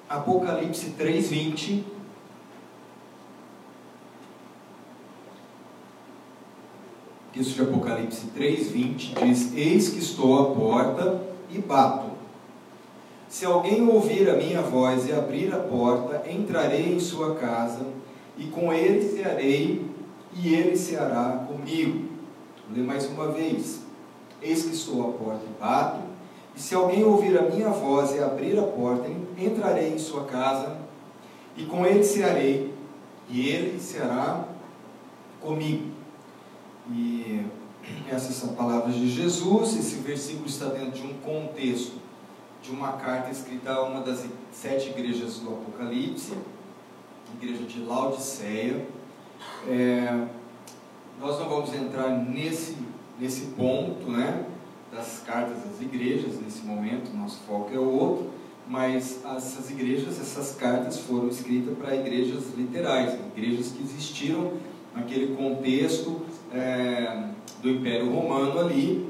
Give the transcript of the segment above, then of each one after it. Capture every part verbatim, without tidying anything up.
Apocalipse três, vinte. Isso de Apocalipse três, vinte diz: eis que estou à porta e bato. Se alguém ouvir a minha voz e abrir a porta, entrarei em sua casa, e com ele cearei, e ele ceará comigo. Vou ler mais uma vez. Eis que estou à porta e bato, e se alguém ouvir a minha voz e abrir a porta, entrarei em sua casa, e com ele cearei, e ele ceará comigo. E essas são palavras de Jesus. Esse versículo está dentro de um contexto de uma carta escrita a uma das sete igrejas do Apocalipse, a igreja de Laodiceia. É, nós não vamos entrar nesse, nesse ponto, né, das cartas às igrejas, nesse momento, nosso foco é outro, mas essas igrejas, essas cartas foram escritas para igrejas literais, igrejas que existiram naquele contexto é, do Império Romano ali,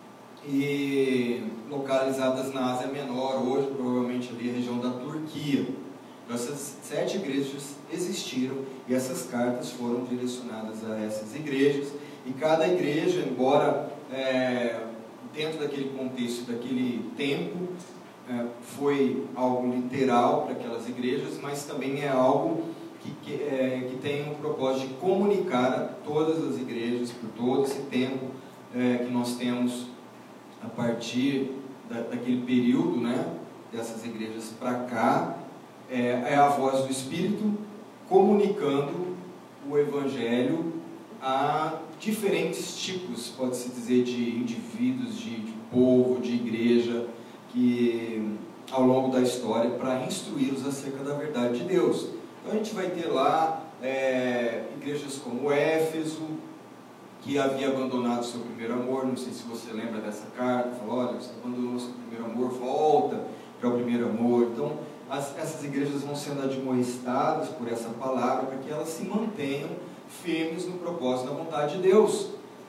e localizadas na Ásia Menor, hoje provavelmente ali a região da Turquia. Então, essas sete igrejas existiram e essas cartas foram direcionadas a essas igrejas, e cada igreja, embora é, dentro daquele contexto, daquele tempo, é, foi algo literal para aquelas igrejas, mas também é algo que, que, é, que tem o propósito de comunicar a todas as igrejas por todo esse tempo é, que nós temos a partir da, daquele período, né, dessas igrejas para cá. É, é a voz do Espírito comunicando o Evangelho a diferentes tipos, pode-se dizer, de indivíduos, de, de povo, de igreja, que ao longo da história, para instruí-los acerca da verdade de Deus. Então a gente vai ter lá é, igrejas como Éfeso, que havia abandonado seu primeiro amor. Não sei se você lembra dessa carta, falou: olha, você abandonou seu primeiro amor, volta para o primeiro amor. Então as, essas igrejas vão sendo admoestadas por essa palavra, para que elas se mantenham firmes no propósito da vontade de Deus.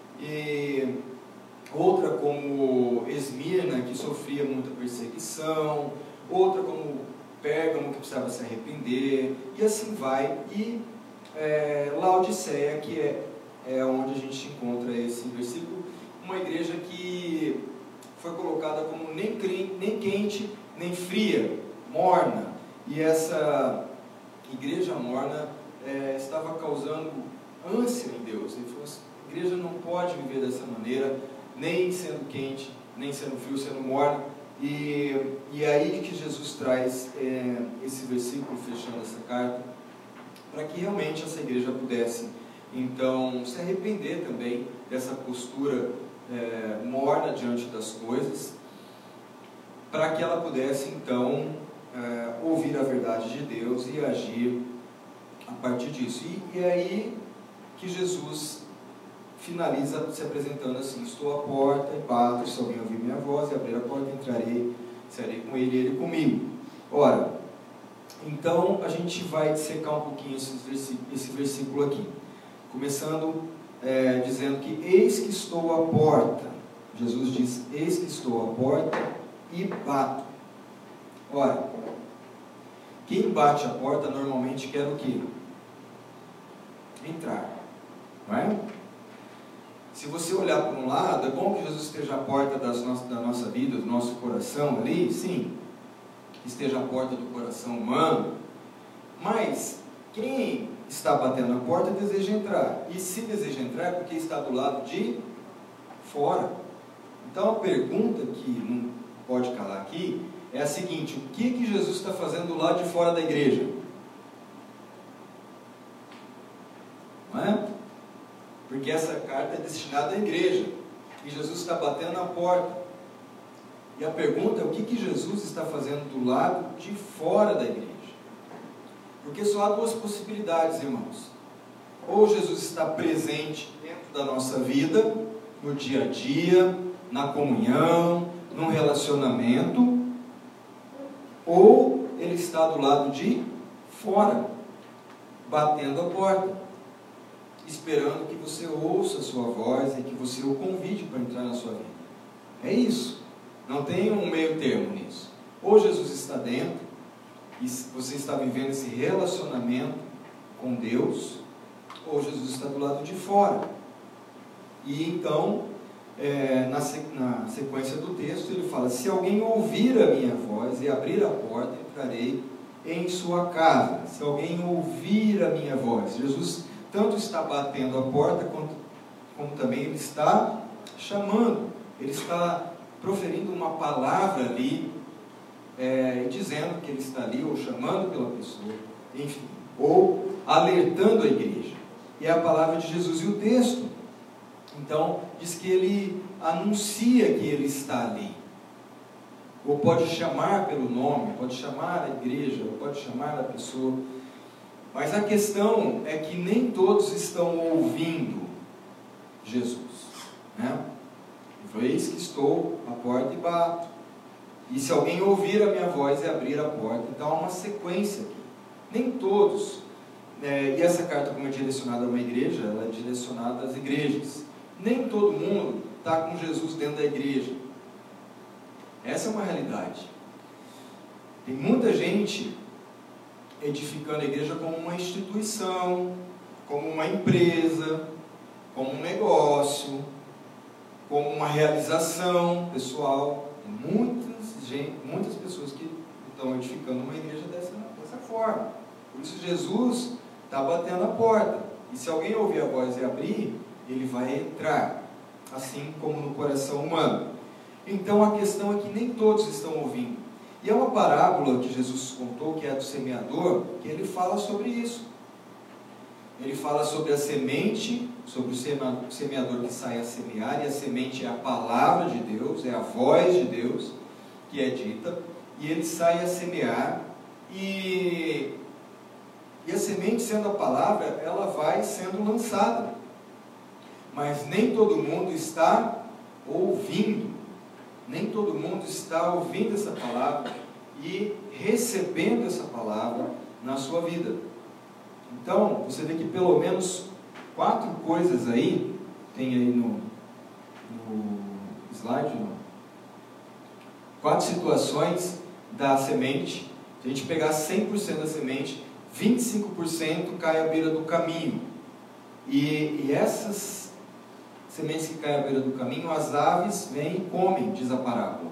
E outra como Esmirna, que sofria muita perseguição, outra como Pérgamo, que precisava se arrepender, e assim vai. E é, Laodiceia, que é é onde a gente encontra esse versículo, uma igreja que foi colocada como nem, nem quente, nem fria, morna. E essa igreja morna é, estava causando ânsia em Deus. Ele falou assim: a igreja não pode viver dessa maneira, nem sendo quente, nem sendo frio, sendo morna. E, e aí que Jesus traz é, esse versículo fechando essa carta, para que realmente essa igreja pudesse então se arrepender também dessa postura é, morna diante das coisas, para que ela pudesse então é, ouvir a verdade de Deus e agir a partir disso. E, e é aí que Jesus finaliza se apresentando assim: estou à porta e bato, se alguém ouvir minha voz e abrir a porta, entrarei, serei com ele e ele comigo. Ora, então a gente vai dissecar um pouquinho esse versículo, esse versículo aqui. Começando é, dizendo que eis que estou à porta. Jesus diz: eis que estou à porta e bato. Ora, quem bate a porta normalmente quer o quê? Entrar, não é? Se você olhar para um lado, é bom que Jesus esteja à porta das no... da nossa vida, do nosso coração ali, sim, que esteja à porta do coração humano, mas quem está batendo na porta deseja entrar, e se deseja entrar é porque está do lado de fora. Então a pergunta que não pode calar aqui é a seguinte: o que que Jesus está fazendo do lado de fora da igreja? Não é? Porque essa carta é destinada à igreja, e Jesus está batendo na porta. E a pergunta é: o que que Jesus está fazendo do lado de fora da igreja? Porque só há duas possibilidades, irmãos. Ou Jesus está presente dentro da nossa vida, no dia a dia, na comunhão, no relacionamento, ou Ele está do lado de fora, batendo a porta, esperando que você ouça a sua voz e que você o convide para entrar na sua vida. É isso. Não tem um meio termo nisso. Ou Jesus está dentro, e você está vivendo esse relacionamento com Deus, ou Jesus está do lado de fora. E então, é, na, na sequência do texto, ele fala: se alguém ouvir a minha voz e abrir a porta, entrarei em sua casa. Se alguém ouvir a minha voz, Jesus tanto está batendo a porta, quanto, como também ele está chamando, ele está proferindo uma palavra ali, é, dizendo que ele está ali, ou chamando pela pessoa, enfim, ou alertando a igreja. E é a palavra de Jesus. E o texto, então, diz que ele anuncia que ele está ali, ou pode chamar pelo nome, pode chamar a igreja, ou pode chamar a pessoa. Mas a questão é que nem todos estão ouvindo Jesus, né? Eis que estou à porta e bato, e se alguém ouvir a minha voz e abrir a porta. Então há uma sequência aqui. Nem todos, é, e essa carta, como é direcionada a uma igreja, ela é direcionada às igrejas. Nem todo mundo está com Jesus dentro da igreja. Essa é uma realidade. Tem muita gente edificando a igreja como uma instituição, como uma empresa, como um negócio, como uma realização pessoal. Tem muitas, gente, muitas pessoas que estão edificando uma igreja dessa, dessa forma. Por isso Jesus está batendo a porta. E se alguém ouvir a voz e abrir, ele vai entrar, assim como no coração humano. Então a questão é que nem todos estão ouvindo. E é uma parábola que Jesus contou, que é a do semeador, que ele fala sobre isso. Ele fala sobre a semente, sobre o semeador que sai a semear, e a semente é a palavra de Deus, é a voz de Deus que é dita, e ele sai a semear, e, e a semente, sendo a palavra, ela vai sendo lançada. Mas nem todo mundo está ouvindo. Nem todo mundo está ouvindo essa palavra e recebendo essa palavra na sua vida. Então, você vê que pelo menos quatro coisas aí, tem aí no, no slide, não? Quatro situações da semente. Se a gente pegar cem por cento da semente, vinte e cinco por cento cai à beira do caminho. E, e essas sementes que caem à beira do caminho, as aves vêm e comem, diz a parábola.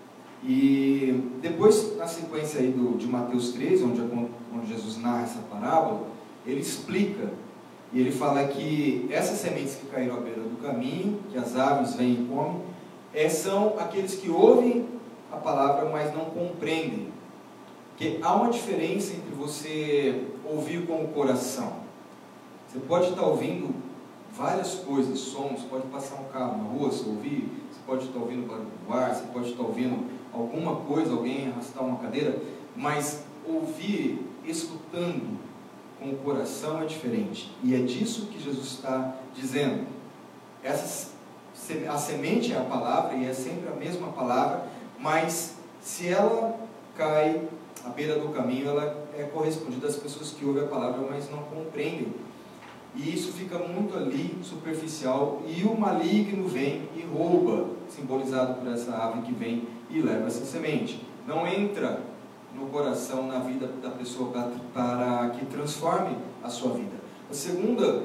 E depois, na sequência aí do, de Mateus treze, onde, onde Jesus narra essa parábola, ele explica, e ele fala que essas sementes que caíram à beira do caminho, que as aves vêm e comem, é, são aqueles que ouvem a palavra, mas não compreendem. Porque há uma diferença entre você ouvir com o coração. Você pode estar ouvindo várias coisas, sons, pode passar um carro na rua, você ouvir, você pode estar ouvindo barulho do ar, você pode estar ouvindo alguma coisa, alguém arrastar uma cadeira, mas ouvir, escutando com o coração é diferente. E é disso que Jesus está dizendo. Essa, a semente é a palavra, e é sempre a mesma palavra, mas se ela cai à beira do caminho, ela é correspondida às pessoas que ouvem a palavra, mas não compreendem. E isso fica muito ali, superficial, e o maligno vem e rouba, simbolizado por essa ave que vem e leva essa semente. Não entra no coração, na vida da pessoa, para, para que transforme a sua vida. A segunda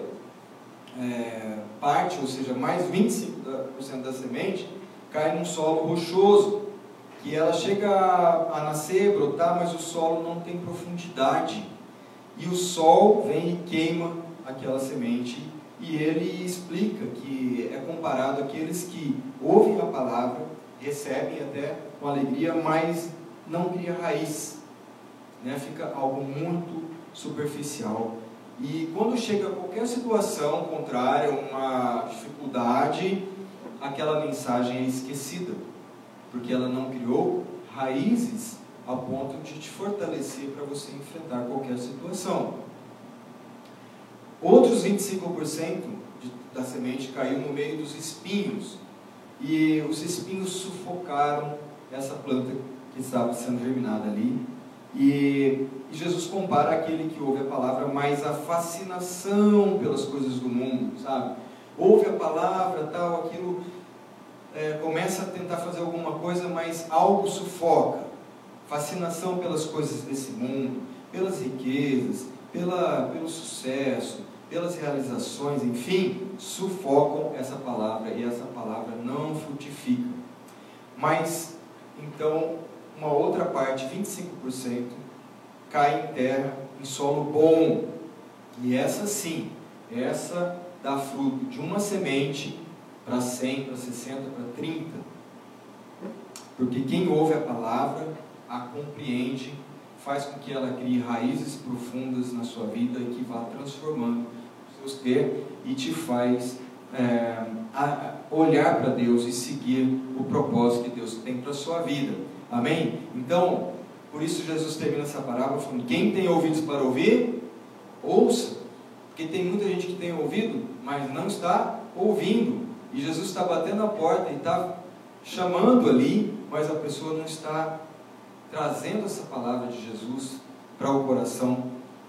é, parte, ou seja, mais vinte e cinco por cento da semente, cai num solo rochoso, que ela chega a, a nascer, brotar, mas o solo não tem profundidade. E o sol vem e queima aquela semente, e ele explica que é comparado àqueles que ouvem a palavra, recebem até com alegria, mas não cria raiz, né? Fica algo muito superficial. E quando chega a qualquer situação contrária, uma dificuldade, aquela mensagem é esquecida, porque ela não criou raízes a ponto de te fortalecer para você enfrentar qualquer situação. Outros vinte e cinco por cento de, da semente caiu no meio dos espinhos, e os espinhos sufocaram essa planta que estava sendo germinada ali. E, e Jesus compara aquele que ouve a palavra, mas a fascinação pelas coisas do mundo, sabe? Ouve a palavra, tal, aquilo, é, começa a tentar fazer alguma coisa, mas algo sufoca. fascinação pelas coisas desse mundo, pelas riquezas, pela, pelo sucesso, pelas realizações, enfim, sufocam essa palavra e essa palavra não frutifica. Mas, então, uma outra parte, vinte e cinco por cento, cai em terra, em solo bom. E essa sim, essa dá fruto de uma semente para cem, para sessenta, para trinta. Porque quem ouve a palavra, a compreende, faz com que ela crie raízes profundas na sua vida e que vá transformando os seus ter e te faz é, a, a olhar para Deus e seguir o propósito que Deus tem para a sua vida. Amém? Então, por isso Jesus termina essa parábola falando: quem tem ouvidos para ouvir, ouça. Porque tem muita gente que tem ouvido, mas não está ouvindo. E Jesus está batendo a porta e está chamando ali, mas a pessoa não está trazendo essa palavra de Jesus para o coração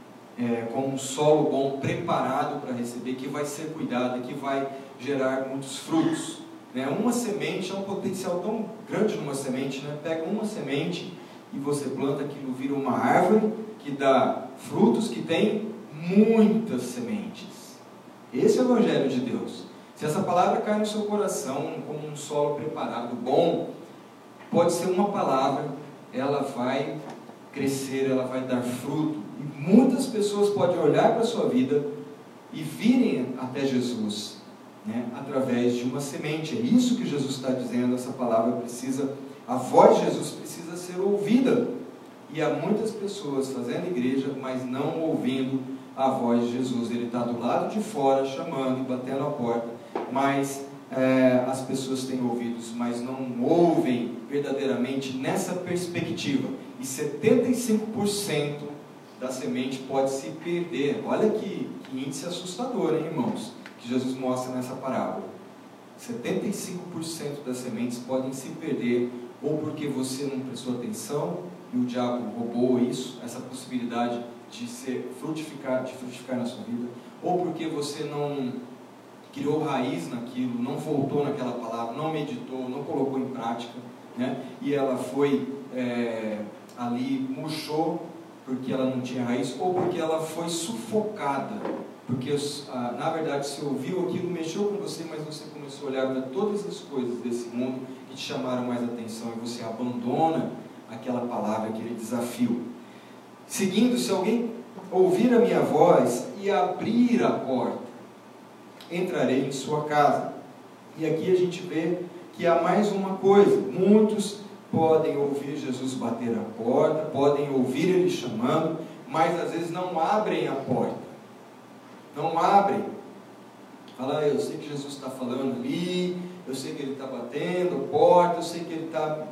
é, como um solo bom, preparado para receber, que vai ser cuidado, que vai gerar muitos frutos. Né? Uma semente é um potencial tão grande numa semente, né? Pega uma semente e você planta, aquilo vira uma árvore que dá frutos, que tem muitas sementes. Esse é o Evangelho de Deus. Se essa palavra cai no seu coração como um solo preparado, bom, pode ser uma palavra, ela vai crescer, ela vai dar fruto, e muitas pessoas podem olhar para a sua vida e virem até Jesus, né, através de uma semente. É isso que Jesus está dizendo. Essa palavra precisa, a voz de Jesus precisa ser ouvida, e há muitas pessoas fazendo igreja, mas não ouvindo a voz de Jesus. Ele está do lado de fora, chamando e batendo a porta, mas é, as pessoas têm ouvidos, mas não ouvem verdadeiramente nessa perspectiva, e setenta e cinco por cento da semente pode se perder. Olha que, que índice assustador, hein, irmãos, que Jesus mostra nessa parábola. setenta e cinco por cento das sementes podem se perder, ou porque você não prestou atenção e o diabo roubou isso, essa possibilidade de ser frutificar, de frutificar na sua vida, ou porque você não criou raiz naquilo, não voltou naquela palavra, não meditou, não colocou em prática, né? E ela foi é, ali, murchou porque ela não tinha raiz, ou porque ela foi sufocada, porque ah, na verdade você ouviu aquilo, mexeu com você, mas você começou a olhar para todas as coisas desse mundo que te chamaram mais atenção, e você abandona aquela palavra, aquele desafio. Seguindo, se alguém ouvir a minha voz e abrir a porta, entrarei em sua casa. E aqui a gente vê que há mais uma coisa. Muitos podem ouvir Jesus bater a porta, podem ouvir Ele chamando, mas às vezes não abrem a porta. Não abrem. Fala: eu sei que Jesus está falando ali, eu sei que Ele está batendo a porta, eu sei que Ele está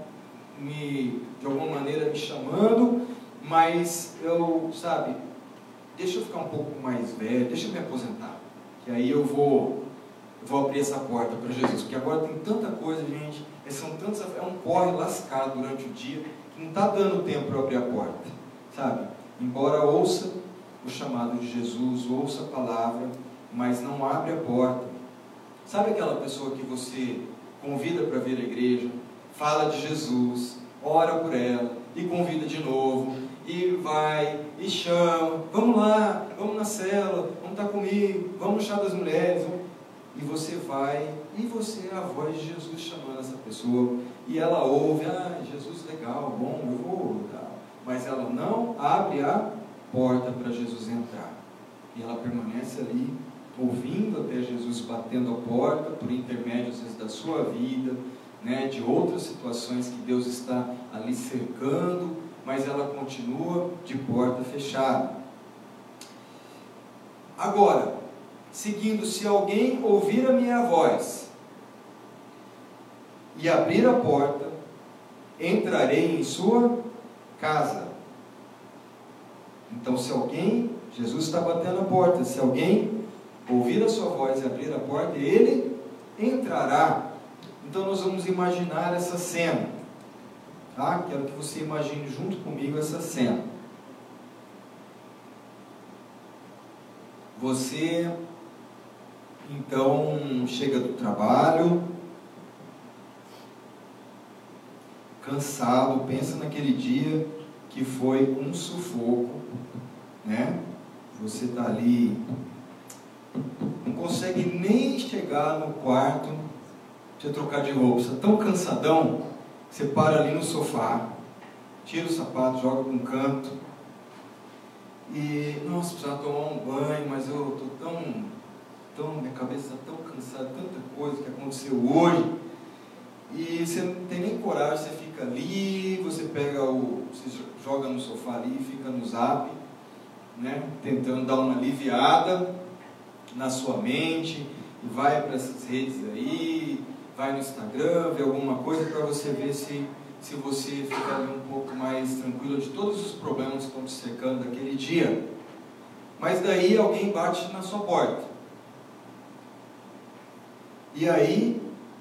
me, de alguma maneira me chamando, mas eu, sabe, deixa eu ficar um pouco mais velho, deixa eu me aposentar, que aí eu vou, eu vou abrir essa porta para Jesus, porque agora tem tanta coisa, gente, são tantos, é um corre lascado durante o dia, que não está dando tempo para abrir a porta, sabe? Embora ouça o chamado de Jesus, ouça a palavra, mas não abre a porta. Sabe aquela pessoa que você convida para vir à igreja, fala de Jesus, ora por ela, e convida de novo, e vai, e chama, vamos lá, vamos na célula, vamos estar comigo, vamos no chá das mulheres, e você vai, e você é a voz de Jesus chamando essa pessoa, e ela ouve: ah, Jesus legal, bom, eu vou, tá. Mas ela não abre a porta para Jesus entrar, e ela permanece ali, ouvindo até Jesus batendo a porta, por intermédio às vezes da sua vida, né, de outras situações que Deus está ali cercando, mas ela continua de porta fechada. Agora, seguindo, se alguém ouvir a minha voz e abrir a porta, entrarei em sua casa. Então, se alguém, Jesus está batendo a porta, se alguém ouvir a sua voz e abrir a porta, ele entrará. Então nós vamos imaginar essa cena, tá? Quero que você imagine junto comigo essa cena. Você, então, chega do trabalho, cansado, pensa naquele dia que foi um sufoco, né? Você está ali, não consegue nem chegar no quarto, deixa eu trocar de roupa, você está tão cansadão, você para ali no sofá, tira o sapato, joga para um canto, e, nossa, precisava tomar um banho, mas eu estou tão, tão, minha cabeça está tão cansada, tanta coisa que aconteceu hoje, e você não tem nem coragem, você fica ali, você pega o, você joga no sofá ali, fica no zap, né, tentando dar uma aliviada na sua mente, e vai para essas redes aí, vai no Instagram, vê alguma coisa para você ver se, se você fica ali um pouco mais tranquilo de todos os problemas que estão te cercando daquele dia. Mas daí alguém bate na sua porta. E aí,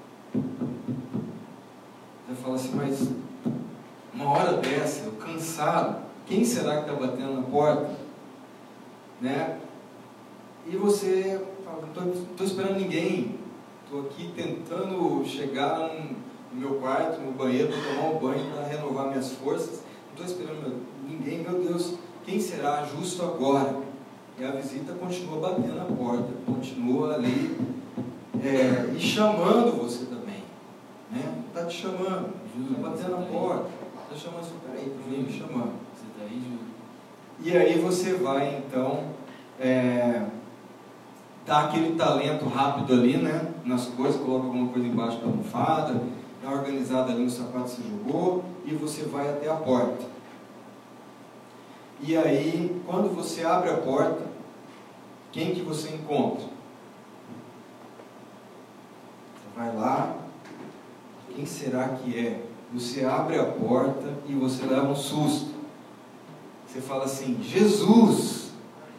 você fala assim, mas uma hora dessa, eu cansado, quem será que está batendo na porta? Né? E você fala, não estou esperando ninguém, estou aqui tentando chegar no meu quarto, no banheiro, para tomar um banho, para renovar minhas forças, não estou esperando ninguém, meu Deus, quem será justo agora? E a visita continua batendo na porta, continua ali, é, e chamando você também, né? Está te chamando, está batendo na porta, está chamando você, peraí, vem me chamando, você está aí, Júlio? E aí você vai então, é, dar aquele talento rápido ali, né, nas coisas, coloca alguma coisa embaixo da almofada, dá uma organizada ali no sapato que você jogou, e você vai até a porta. E aí, quando você abre a porta, quem que você encontra? Você vai lá, quem será que é? Você abre a porta e você leva um susto. Você fala assim, Jesus!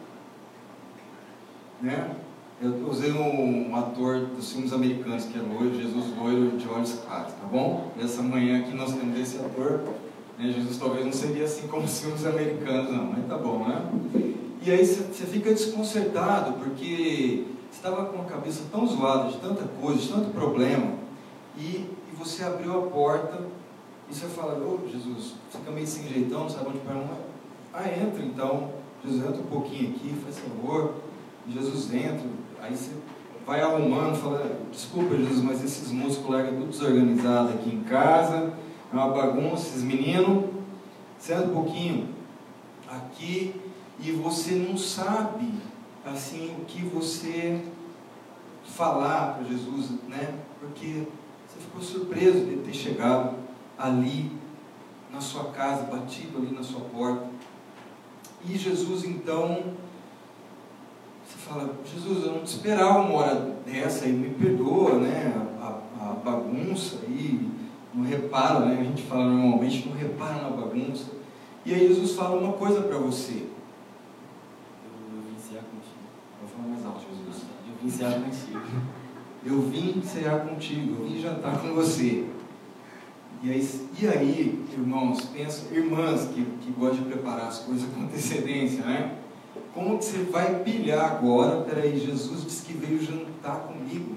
Né? Eu usei um, um ator dos filmes americanos, que é loiro, Jesus loiro de olhos claros, tá bom? Essa manhã aqui nós temos esse ator, né? Jesus talvez não seria assim como os filmes americanos, não, mas tá bom, né? E aí você fica desconcertado, porque você estava com a cabeça tão zoada de tanta coisa, de tanto problema, e, e você abriu a porta, e você fala, ô Jesus, você fica meio sem jeitão, não sabe onde vai, ah, entra então, Jesus, entra um pouquinho aqui, faz favor. Jesus entra, aí você vai arrumando, fala, desculpa Jesus, mas esses músicos largam tudo desorganizado aqui em casa, é uma bagunça, esses meninos, senta um pouquinho aqui, e você não sabe, assim, o que você falar para Jesus, né, porque você ficou surpreso de ter chegado ali, na sua casa, batido ali na sua porta, e Jesus então, você fala, Jesus, eu não te esperava uma hora dessa, e me perdoa, né, a, a bagunça aí, não repara, né, a gente fala normalmente, não repara na bagunça, e aí Jesus fala uma coisa para você. Eu, eu vim cear contigo. Vou falar mais alto, Jesus. Eu vim cear contigo. Eu vim cear contigo, eu vim jantar com você. E aí, e aí irmãos, pensa, irmãs que, que gostam de preparar as coisas com antecedência, né? Como que você vai pilhar agora? Peraí, Jesus disse que veio jantar comigo.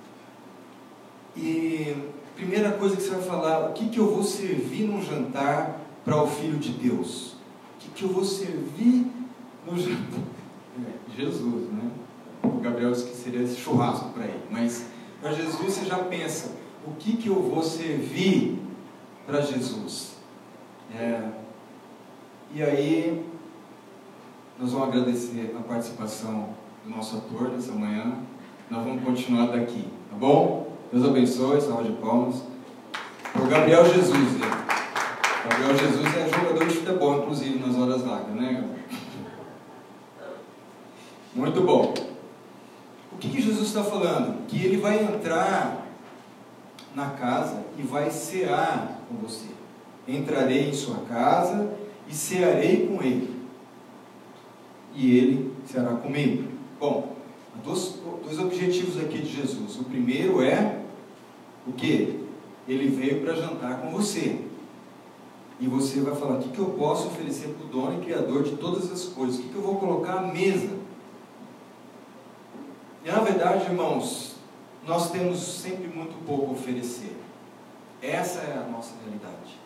E primeira coisa que você vai falar, o que, que eu vou servir no jantar para o Filho de Deus? O que, que eu vou servir no jantar? É, Jesus, né? O Gabriel disse que seria esse churrasco para ele. Mas para Jesus você já pensa, o que, que eu vou servir para Jesus? É, e aí nós vamos agradecer a participação do nosso ator nessa manhã. Nós vamos continuar daqui, tá bom? Deus abençoe, salva de palmas. O Gabriel Jesus. O Gabriel Jesus é jogador de futebol, inclusive, nas horas vagas, né, Gabriel? Muito bom. O que, que Jesus está falando? Que ele vai entrar na casa e vai cear com você. Entrarei em sua casa e cearei com ele. E ele será comigo. Bom, dois, dois objetivos aqui de Jesus. O primeiro é o que? Ele veio para jantar com você. E você vai falar, o que, que eu posso oferecer para o dono e criador de todas as coisas? O que, que eu vou colocar à mesa? E na verdade, irmãos, nós temos sempre muito pouco a oferecer. Essa é a nossa realidade.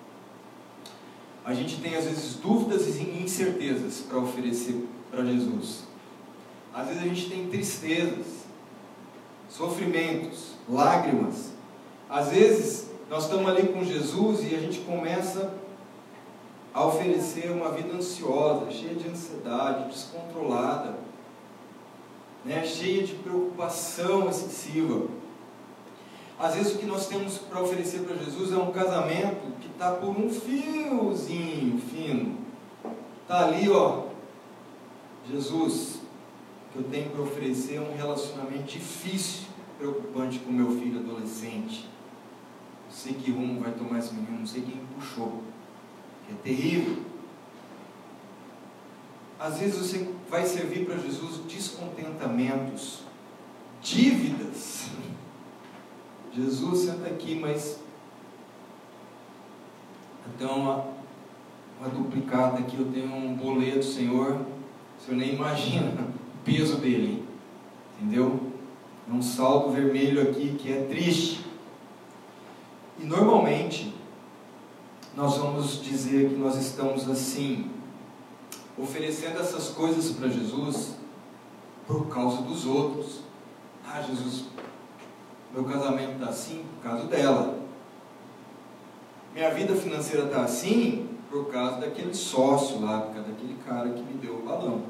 A gente tem às vezes dúvidas e incertezas para oferecer para Jesus. Às vezes a gente tem tristezas, sofrimentos, lágrimas. Às vezes nós estamos ali com Jesus e a gente começa a oferecer uma vida ansiosa, cheia de ansiedade, descontrolada, né? Cheia de preocupação excessiva. Às vezes o que nós temos para oferecer para Jesus é um casamento que está por um fiozinho fino. Está ali, ó, Jesus, o que eu tenho para oferecer é um relacionamento difícil, preocupante com meu filho adolescente. Não sei que rumo vai tomar esse menino, não sei quem puxou, que é terrível. Às vezes você vai servir para Jesus descontentamentos, dívidas. Jesus, senta aqui, mas eu tenho uma, uma duplicata aqui, eu tenho um boleto, Senhor, o Senhor nem imagina o peso dele, entendeu? É um saldo vermelho aqui que é triste. E normalmente nós vamos dizer que nós estamos assim, oferecendo essas coisas para Jesus por causa dos outros. Ah, Jesus, meu casamento está assim por causa dela. Minha vida financeira está assim por causa daquele sócio lá, por causa daquele cara que me deu o balão.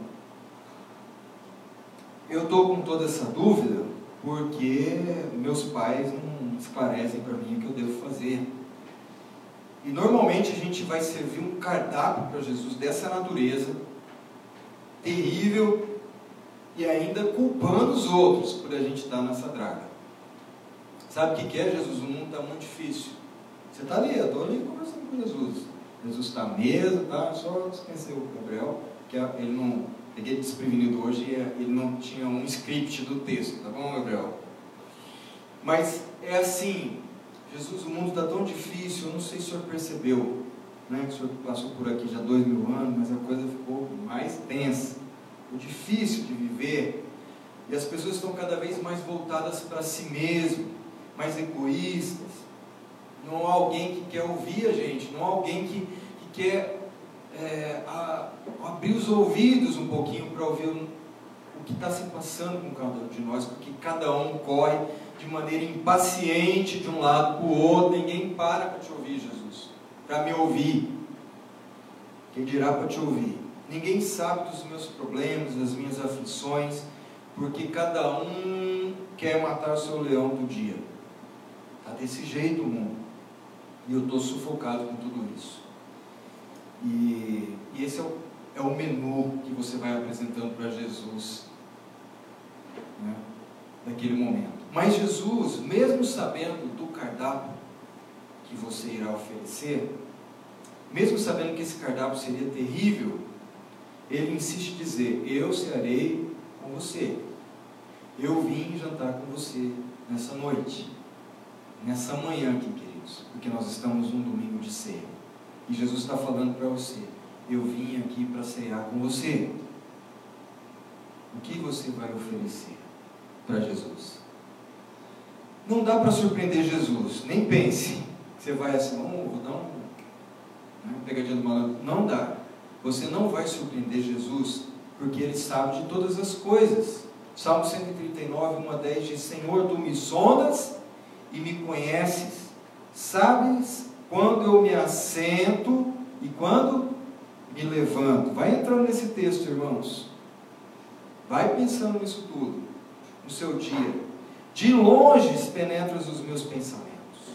Eu estou com toda essa dúvida porque meus pais não esclarecem para mim o que eu devo fazer. E normalmente a gente vai servir um cardápio para Jesus dessa natureza, terrível, e ainda culpando os outros por a gente estar nessa draga. Sabe o que é, Jesus? O mundo está muito difícil. Você está ali, eu estou ali conversando com Jesus. Jesus está à mesa, tá? Só dispensei o Gabriel, que ele não, peguei desprevenido hoje e ele não tinha um script do texto, tá bom, Gabriel? Mas é assim, Jesus, o mundo está tão difícil, eu não sei se o senhor percebeu, né, que o senhor passou por aqui já há dois mil anos, mas a coisa ficou mais tensa, ficou difícil de viver, e as pessoas estão cada vez mais voltadas para si mesmo, mais egoístas. Não há alguém que quer ouvir a gente, não há alguém que, que quer é, a, abrir os ouvidos um pouquinho para ouvir o, o que está se passando com cada um de nós, porque cada um corre de maneira impaciente de um lado para o outro. Ninguém para para te ouvir, Jesus, para me ouvir, quem dirá para te ouvir? Ninguém sabe dos meus problemas, das minhas aflições, porque cada um quer matar o seu leão do dia. Está desse jeito o mundo, e eu estou sufocado com tudo isso. E, e esse é o, é o menu que você vai apresentando para Jesus, né, naquele momento. Mas Jesus, mesmo sabendo do cardápio que você irá oferecer, mesmo sabendo que esse cardápio seria terrível, ele insiste em dizer: eu cearei com você, eu vim jantar com você nessa noite, nessa manhã aqui, queridos, porque nós estamos num domingo de ceia, e Jesus está falando para você: eu vim aqui para cear com você. O que você vai oferecer para Jesus? Não dá para surpreender Jesus, nem pense, você vai assim, oh, vou dar um, né, pegadinha do malandro. Não dá, você não vai surpreender Jesus, porque Ele sabe de todas as coisas. Salmo cento e trinta e nove, um a dez diz: Senhor, Tu me sondas e me conheces, sabes quando eu me assento e quando me levanto. Vai entrando nesse texto, irmãos, vai pensando nisso tudo, no seu dia. De longe penetras os meus pensamentos,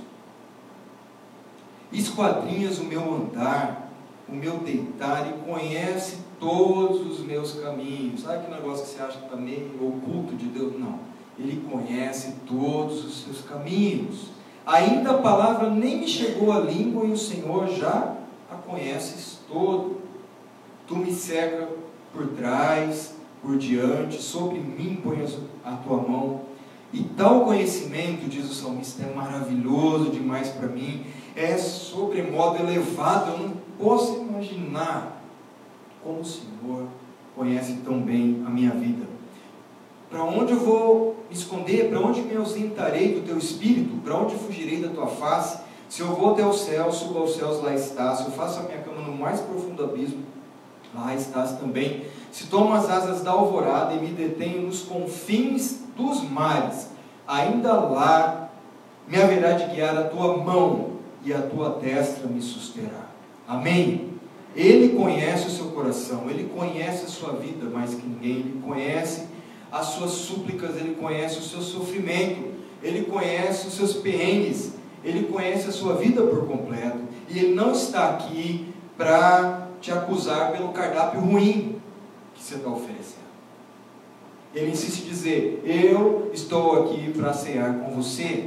esquadrinhas o meu andar, o meu deitar, e conhece todos os meus caminhos. Sabe que negócio que você acha que está meio oculto de Deus? Não, Ele conhece todos os seus caminhos. Ainda a palavra nem me chegou à língua, e o Senhor já a conheces todo. Tu me cerca por trás, por diante, sobre mim pões a tua mão. E tal conhecimento, diz o salmista, é maravilhoso demais para mim, é sobremodo elevado, eu não posso imaginar como o Senhor conhece tão bem a minha vida. Para onde eu vou esconder? Para onde me ausentarei do teu espírito? Para onde fugirei da tua face? Se eu vou até o céu, subo aos céus, lá estás. Se eu faço a minha cama no mais profundo abismo, lá estás também. Se tomo as asas da alvorada e me detenho nos confins dos mares, ainda lá me haverá de guiar a tua mão e a tua destra me susterá. Amém? Ele conhece o seu coração, Ele conhece a sua vida mais que ninguém, Ele conhece as suas súplicas, Ele conhece o seu sofrimento, Ele conhece os seus perrengues, Ele conhece a sua vida por completo, e Ele não está aqui para te acusar pelo cardápio ruim que você está oferecendo. Ele insiste em dizer: eu estou aqui para cear com você.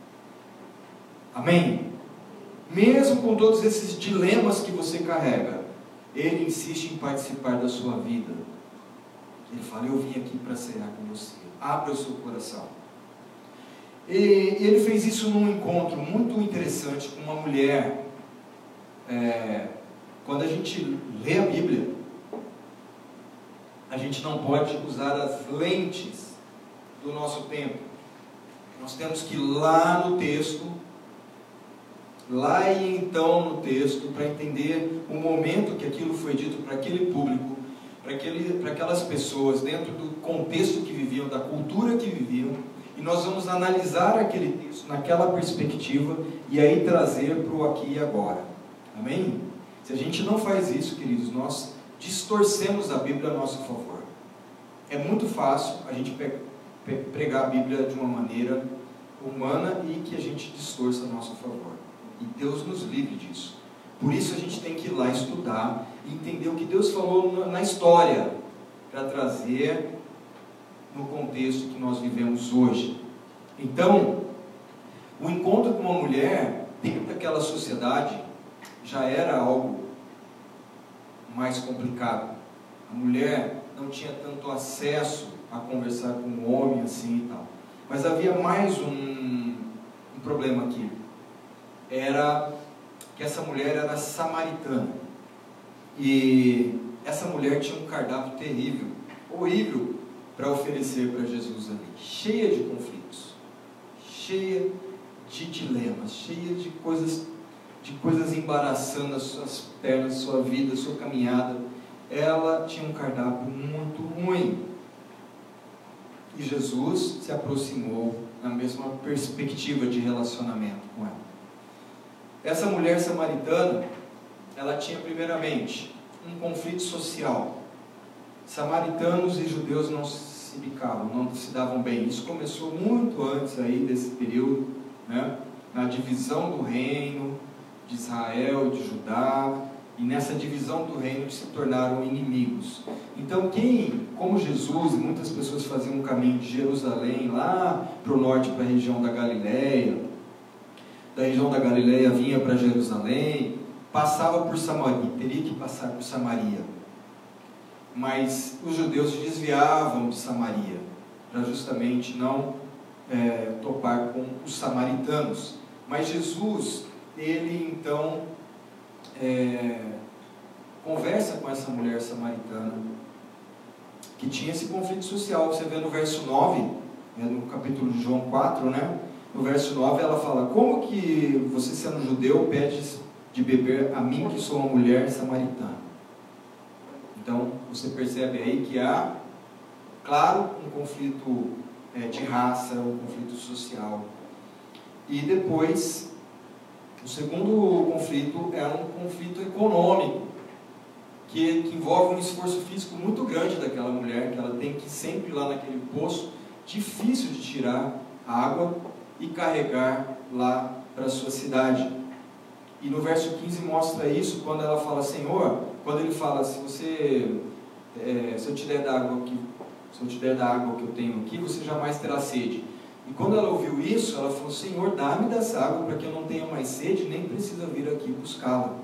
Amém? Mesmo com todos esses dilemas que você carrega, Ele insiste em participar da sua vida. Ele fala: eu vim aqui para cear com você. Abra o seu coração. E ele fez isso num encontro muito interessante com uma mulher. É, quando a gente lê a Bíblia, a gente não pode usar as lentes do nosso tempo. Nós temos que ir lá no texto, lá e então no texto, para entender o momento que aquilo foi dito para aquele público, para aquele, para aquelas pessoas, dentro do contexto que viviam, da cultura que viviam, e nós vamos analisar aquele texto naquela perspectiva, e aí trazer para o aqui e agora. Amém? Se a gente não faz isso, queridos, nós distorcemos a Bíblia a nosso favor. É muito fácil a gente pregar a Bíblia de uma maneira humana e que a gente distorça a nosso favor. E Deus nos livre disso. Por isso a gente tem que ir lá estudar e entender o que Deus falou na história, para trazer no contexto que nós vivemos hoje. Então, o encontro com uma mulher dentro daquela sociedade já era algo mais complicado. A mulher não tinha tanto acesso a conversar com o homem assim e tal. Mas havia mais um, um problema aqui. Era que essa mulher era samaritana. E essa mulher tinha um cardápio terrível, horrível, para oferecer para Jesus ali. Cheia de conflitos, cheia de dilemas, cheia de coisas, de coisas embaraçando as suas pernas, sua vida, sua caminhada. Ela tinha um cardápio muito ruim. E Jesus se aproximou na mesma perspectiva de relacionamento com ela. Essa mulher samaritana, ela tinha primeiramente um conflito social. Samaritanos e judeus não se bicavam, não se davam bem. Isso começou muito antes aí desse período, né? Na divisão do reino de Israel e de Judá, e nessa divisão do reino se tornaram inimigos. Então quem, como Jesus, e muitas pessoas faziam um caminho de Jerusalém lá para o norte, para a região da Galileia, da região da Galileia vinha para Jerusalém, passava por Samaria, teria que passar por Samaria. Mas os judeus se desviavam de Samaria, para justamente não é, topar com os samaritanos. Mas Jesus, ele então é, conversa com essa mulher samaritana, que tinha esse conflito social. Você vê no verso nove, né, no capítulo de João quatro, né? No verso nove ela fala: como que você, sendo judeu, pedes de beber a mim, que sou uma mulher samaritana? Então você percebe aí que há, claro, um conflito é, de raça, um conflito social. E depois, o segundo conflito é um conflito econômico, que, que envolve um esforço físico muito grande daquela mulher, que ela tem que sempre ir lá naquele poço, difícil de tirar água e carregar lá para a sua cidade. E no verso quinze mostra isso, quando ela fala: Senhor, quando ele fala, se você, é, se eu te der da água que, se eu te der da água que eu tenho aqui, você jamais terá sede. E quando ela ouviu isso, ela falou: Senhor, dá-me dessa água para que eu não tenha mais sede, nem precisa vir aqui buscá-la.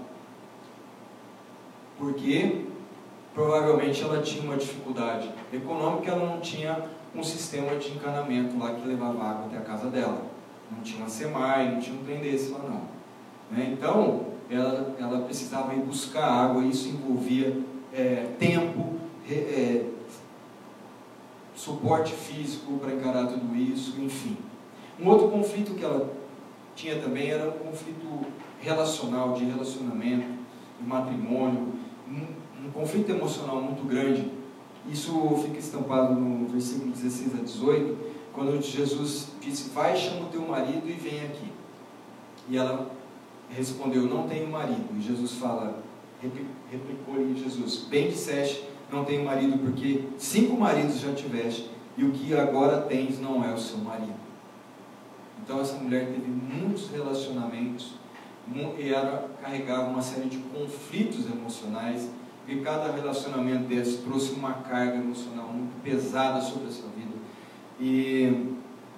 Porque provavelmente ela tinha uma dificuldade econômica, ela não tinha um sistema de encanamento lá que levava água até a casa dela. Não tinha uma SEMAI, não tinha um trem desse lá não. Né? Então, ela, ela precisava ir buscar água, e isso envolvia é, tempo, é, suporte físico para encarar tudo isso, enfim. Um outro conflito que ela tinha também era um conflito relacional, de relacionamento, de matrimônio, um, um conflito emocional muito grande. Isso fica estampado no versículo dezesseis a dezoito, quando Jesus disse: vai, chama o teu marido e vem aqui. E ela respondeu: não tenho marido. E Jesus fala, replicou-lhe Jesus: bem disseste, não tenho marido, porque cinco maridos já tiveste, e o que agora tens não é o seu marido. Então essa mulher teve muitos relacionamentos, e ela carregava uma série de conflitos emocionais, e cada relacionamento desse trouxe uma carga emocional muito pesada sobre a sua vida. E,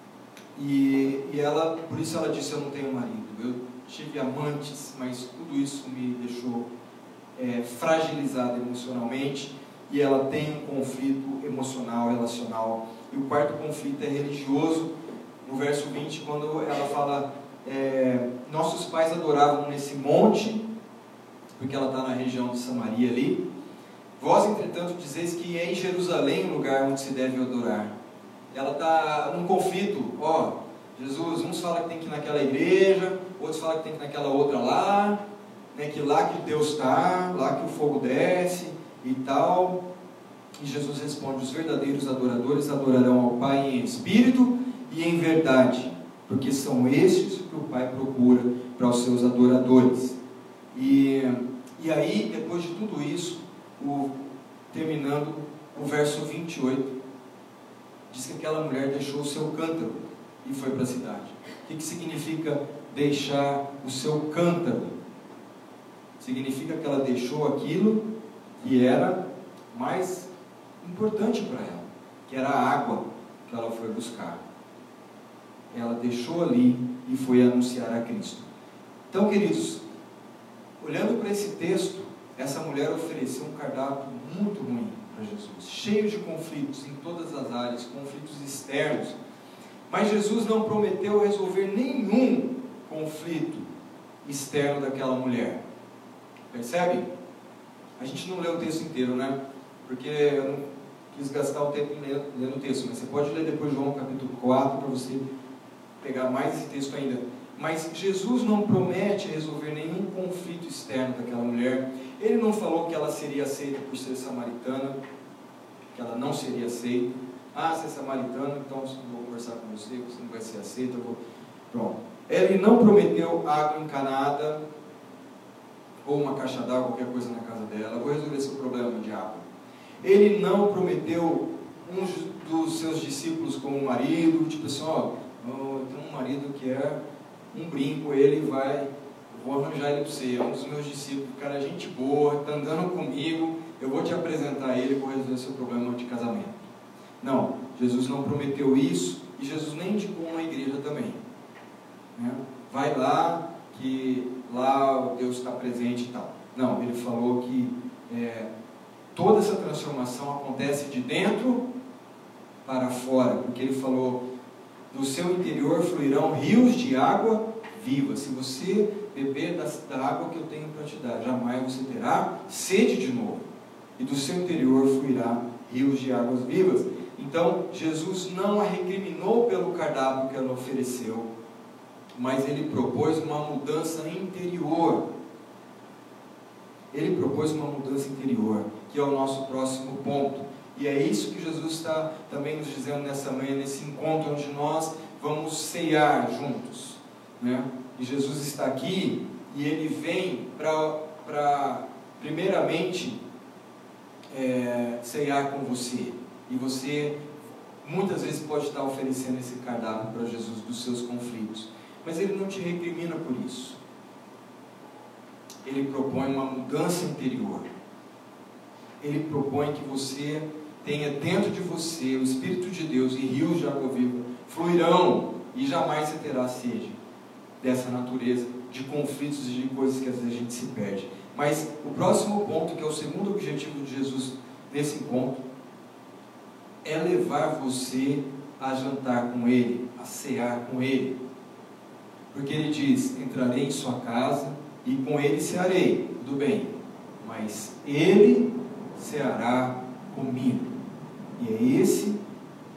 e, e ela, por isso ela disse: eu não tenho marido. Eu tive amantes, mas tudo isso me deixou é, fragilizada emocionalmente. E ela tem um conflito emocional, relacional. E o quarto conflito é religioso. No verso vinte, quando ela fala: é, nossos pais adoravam nesse monte, porque ela está na região de Samaria ali. Vós, entretanto, dizeis que é em Jerusalém o lugar onde se deve adorar. Ela está num conflito. Ó, Jesus, uns falam que tem que ir naquela igreja, outros falam que tem que ir naquela outra lá, né, que lá que Deus está, lá que o fogo desce e tal. E Jesus responde: os verdadeiros adoradores adorarão ao Pai em espírito e em verdade, porque são estes que o Pai procura para os seus adoradores. E, e aí, depois de tudo isso, o, terminando o verso vinte e oito, diz que aquela mulher deixou o seu cântaro e foi para a cidade. O que, que significa deixar o seu cântaro? Significa que ela deixou aquilo que era mais importante para ela, que era a água que ela foi buscar. Ela deixou ali e foi anunciar a Cristo. Então, queridos, olhando para esse texto, essa mulher ofereceu um cardápio muito ruim para Jesus, cheio de conflitos em todas as áreas, conflitos externos. Mas Jesus não prometeu resolver nenhum conflito externo daquela mulher. Percebe? A gente não lê o texto inteiro, né? Porque eu não quis gastar o tempo lendo o texto, mas você pode ler depois João capítulo quatro para você pegar mais esse texto ainda. Mas Jesus não promete resolver nenhum conflito externo daquela mulher. Ele não falou que ela seria aceita por ser samaritana, que ela não seria aceita. Ah, você é samaritana, então eu vou conversar com você, você não vai ser aceita. Eu vou... Pronto. Ele não prometeu água encanada, ou uma caixa d'água, qualquer coisa na casa dela. Eu vou resolver seu problema de água. Ele não prometeu um dos seus discípulos como marido, tipo assim: ó, eu tenho um marido que é um brinco, ele vai, eu vou arranjar ele para você, é um dos meus discípulos, cara, gente boa, está andando comigo, eu vou te apresentar ele, vou resolver seu problema de casamento. Não, Jesus não prometeu isso, e Jesus nem indicou uma igreja também, né? Vai lá, que lá Deus está presente e tal. Não, ele falou que é, toda essa transformação acontece de dentro para fora, porque ele falou: do seu interior fluirão rios de água viva. Se você beber da, da água que eu tenho para te dar, jamais você terá sede de novo. E do seu interior fluirá rios de águas vivas. Então, Jesus não a recriminou pelo cardápio que ela ofereceu, mas ele propôs uma mudança interior. Ele propôs uma mudança interior, que é o nosso próximo ponto. E é isso que Jesus está também nos dizendo nessa manhã, nesse encontro onde nós vamos ceiar juntos, né? E Jesus está aqui e ele vem para, primeiramente, é, ceiar com você. E você, muitas vezes, pode estar oferecendo esse cardápio para Jesus dos seus conflitos. Mas ele não te recrimina por isso. Ele propõe uma mudança interior. Ele propõe que você tenha dentro de você o Espírito de Deus, e rios de água viva fluirão, e jamais você terá sede dessa natureza de conflitos e de coisas que às vezes a gente se perde. Mas o próximo ponto, que é o segundo objetivo de Jesus nesse encontro, é levar você a jantar com Ele, a cear com Ele. Porque Ele diz: entrarei em sua casa e com Ele cearei. Tudo bem, mas Ele ceará comigo. E é esse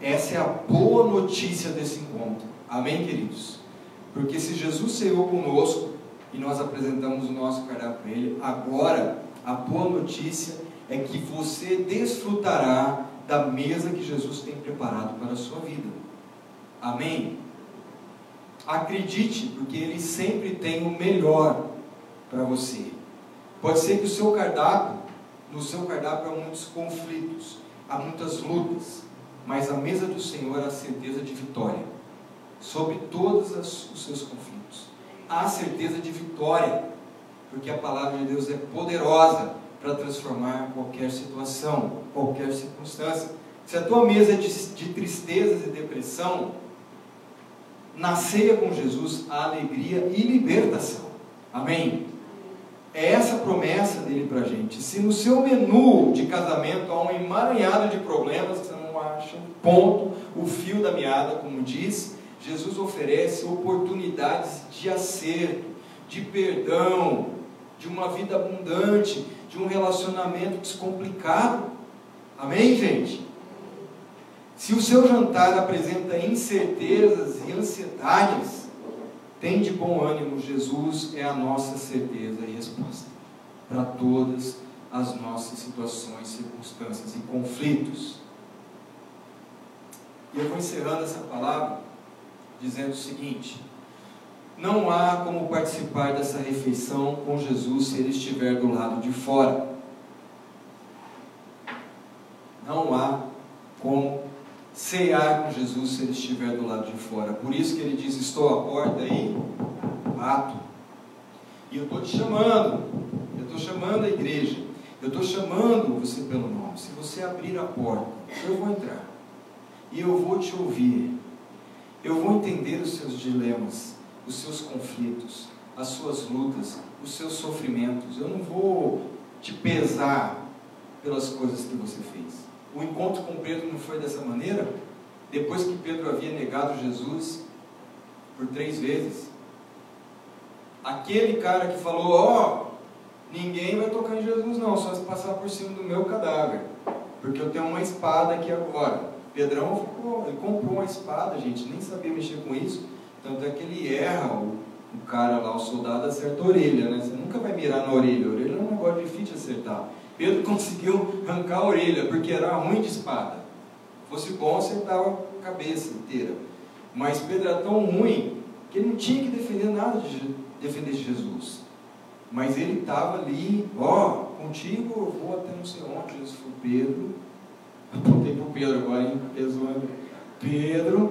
Essa é a boa notícia desse encontro. Amém, queridos? Porque se Jesus ceou conosco e nós apresentamos o nosso cardápio para Ele, agora a boa notícia é que você desfrutará da mesa que Jesus tem preparado para a sua vida. Amém? Acredite, porque Ele sempre tem o melhor para você. Pode ser que o seu cardápio, no seu cardápio há muitos conflitos, há muitas lutas, mas a mesa do Senhor há certeza de vitória sobre todos os seus conflitos. Há certeza de vitória, porque a palavra de Deus é poderosa para transformar qualquer situação, qualquer circunstância. Se a tua mesa é de, de tristezas e depressão, na ceia com Jesus há alegria e libertação. Amém? É essa a promessa dele para a gente. Se no seu menu de casamento há um emaranhado de problemas, que você não acha um ponto, o fio da meada, como diz, Jesus oferece oportunidades de acerto, de perdão, de uma vida abundante, de um relacionamento descomplicado. Amém, gente? Se o seu jantar apresenta incertezas e ansiedades, tem de bom ânimo, Jesus é a nossa certeza e resposta para todas as nossas situações, circunstâncias e conflitos. E eu vou encerrando essa palavra dizendo o seguinte: não há como participar dessa refeição com Jesus se Ele estiver do lado de fora. Não há como cear com Jesus se Ele estiver do lado de fora. Por isso que Ele diz: estou à porta e bato. E eu estou te chamando, eu estou chamando a igreja, eu estou chamando você pelo nome. Se você abrir a porta, eu vou entrar, e eu vou te ouvir, eu vou entender os seus dilemas, os seus conflitos, as suas lutas, os seus sofrimentos. Eu não vou te pesar pelas coisas que você fez. O encontro com Pedro não foi dessa maneira? Depois que Pedro havia negado Jesus por três vezes, aquele cara que falou: ó, oh, ninguém vai tocar em Jesus não, só se passar por cima do meu cadáver, porque eu tenho uma espada aqui agora. Pedrão ficou, ele comprou uma espada, gente, nem sabia mexer com isso, tanto é que ele erra, o, o cara lá, o soldado, acerta a orelha, né? Você nunca vai mirar na orelha, a orelha é um negócio difícil de acertar. Pedro conseguiu arrancar a orelha, porque era ruim de espada. Se fosse bom, acertava a cabeça inteira. Mas Pedro era tão ruim que ele não tinha que defender nada de defender Jesus. Mas ele estava ali: ó, oh, contigo eu vou até não sei onde. Jesus falou: Pedro, apontei para o Pedro agora, hein? Pedro,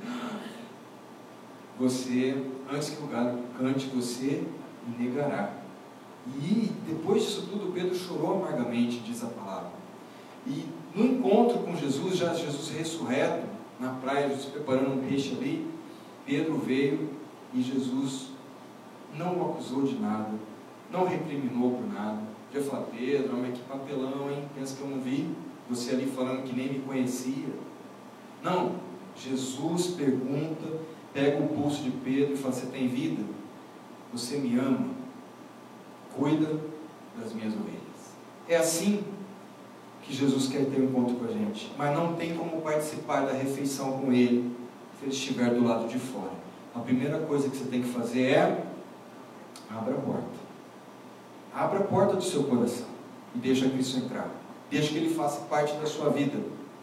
você, antes que o galo cante, você me negará. E depois disso tudo, Pedro chorou amargamente, diz a palavra. E no encontro com Jesus, já Jesus ressurreto, na praia, Jesus preparando um peixe ali, Pedro veio e Jesus não o acusou de nada, não recriminou por nada. Já falou: Pedro, mas que papelão, hein? Pensa que eu não vi você ali falando que nem me conhecia. Não, Jesus pergunta, pega o pulso de Pedro e fala: você tem vida? Você me ama? Cuida das minhas ovelhas. É assim que Jesus quer ter um encontro com a gente. Mas não tem como participar da refeição com Ele se Ele estiver do lado de fora. A primeira coisa que você tem que fazer é: abra a porta. Abra a porta do seu coração e deixa Cristo entrar. Deixa que Ele faça parte da sua vida.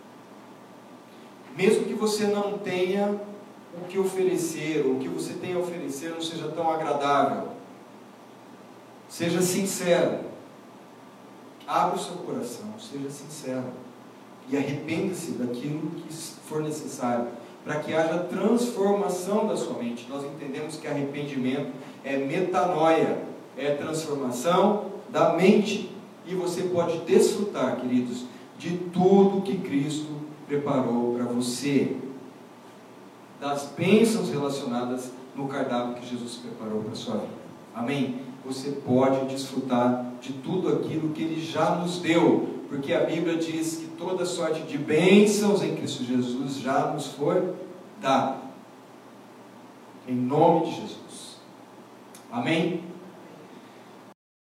Mesmo que você não tenha o que oferecer, ou o que você tem a oferecer não seja tão agradável, seja sincero. Abra o seu coração, seja sincero. E arrependa-se daquilo que for necessário, para que haja transformação da sua mente. Nós entendemos que arrependimento é metanoia, é transformação da mente. E você pode desfrutar, queridos, de tudo que Cristo preparou para você, das bênçãos relacionadas no cardápio que Jesus preparou para a sua vida. Amém? Você pode desfrutar de tudo aquilo que Ele já nos deu, porque a Bíblia diz que toda sorte de bênçãos em Cristo Jesus já nos foi dada, em nome de Jesus. Amém?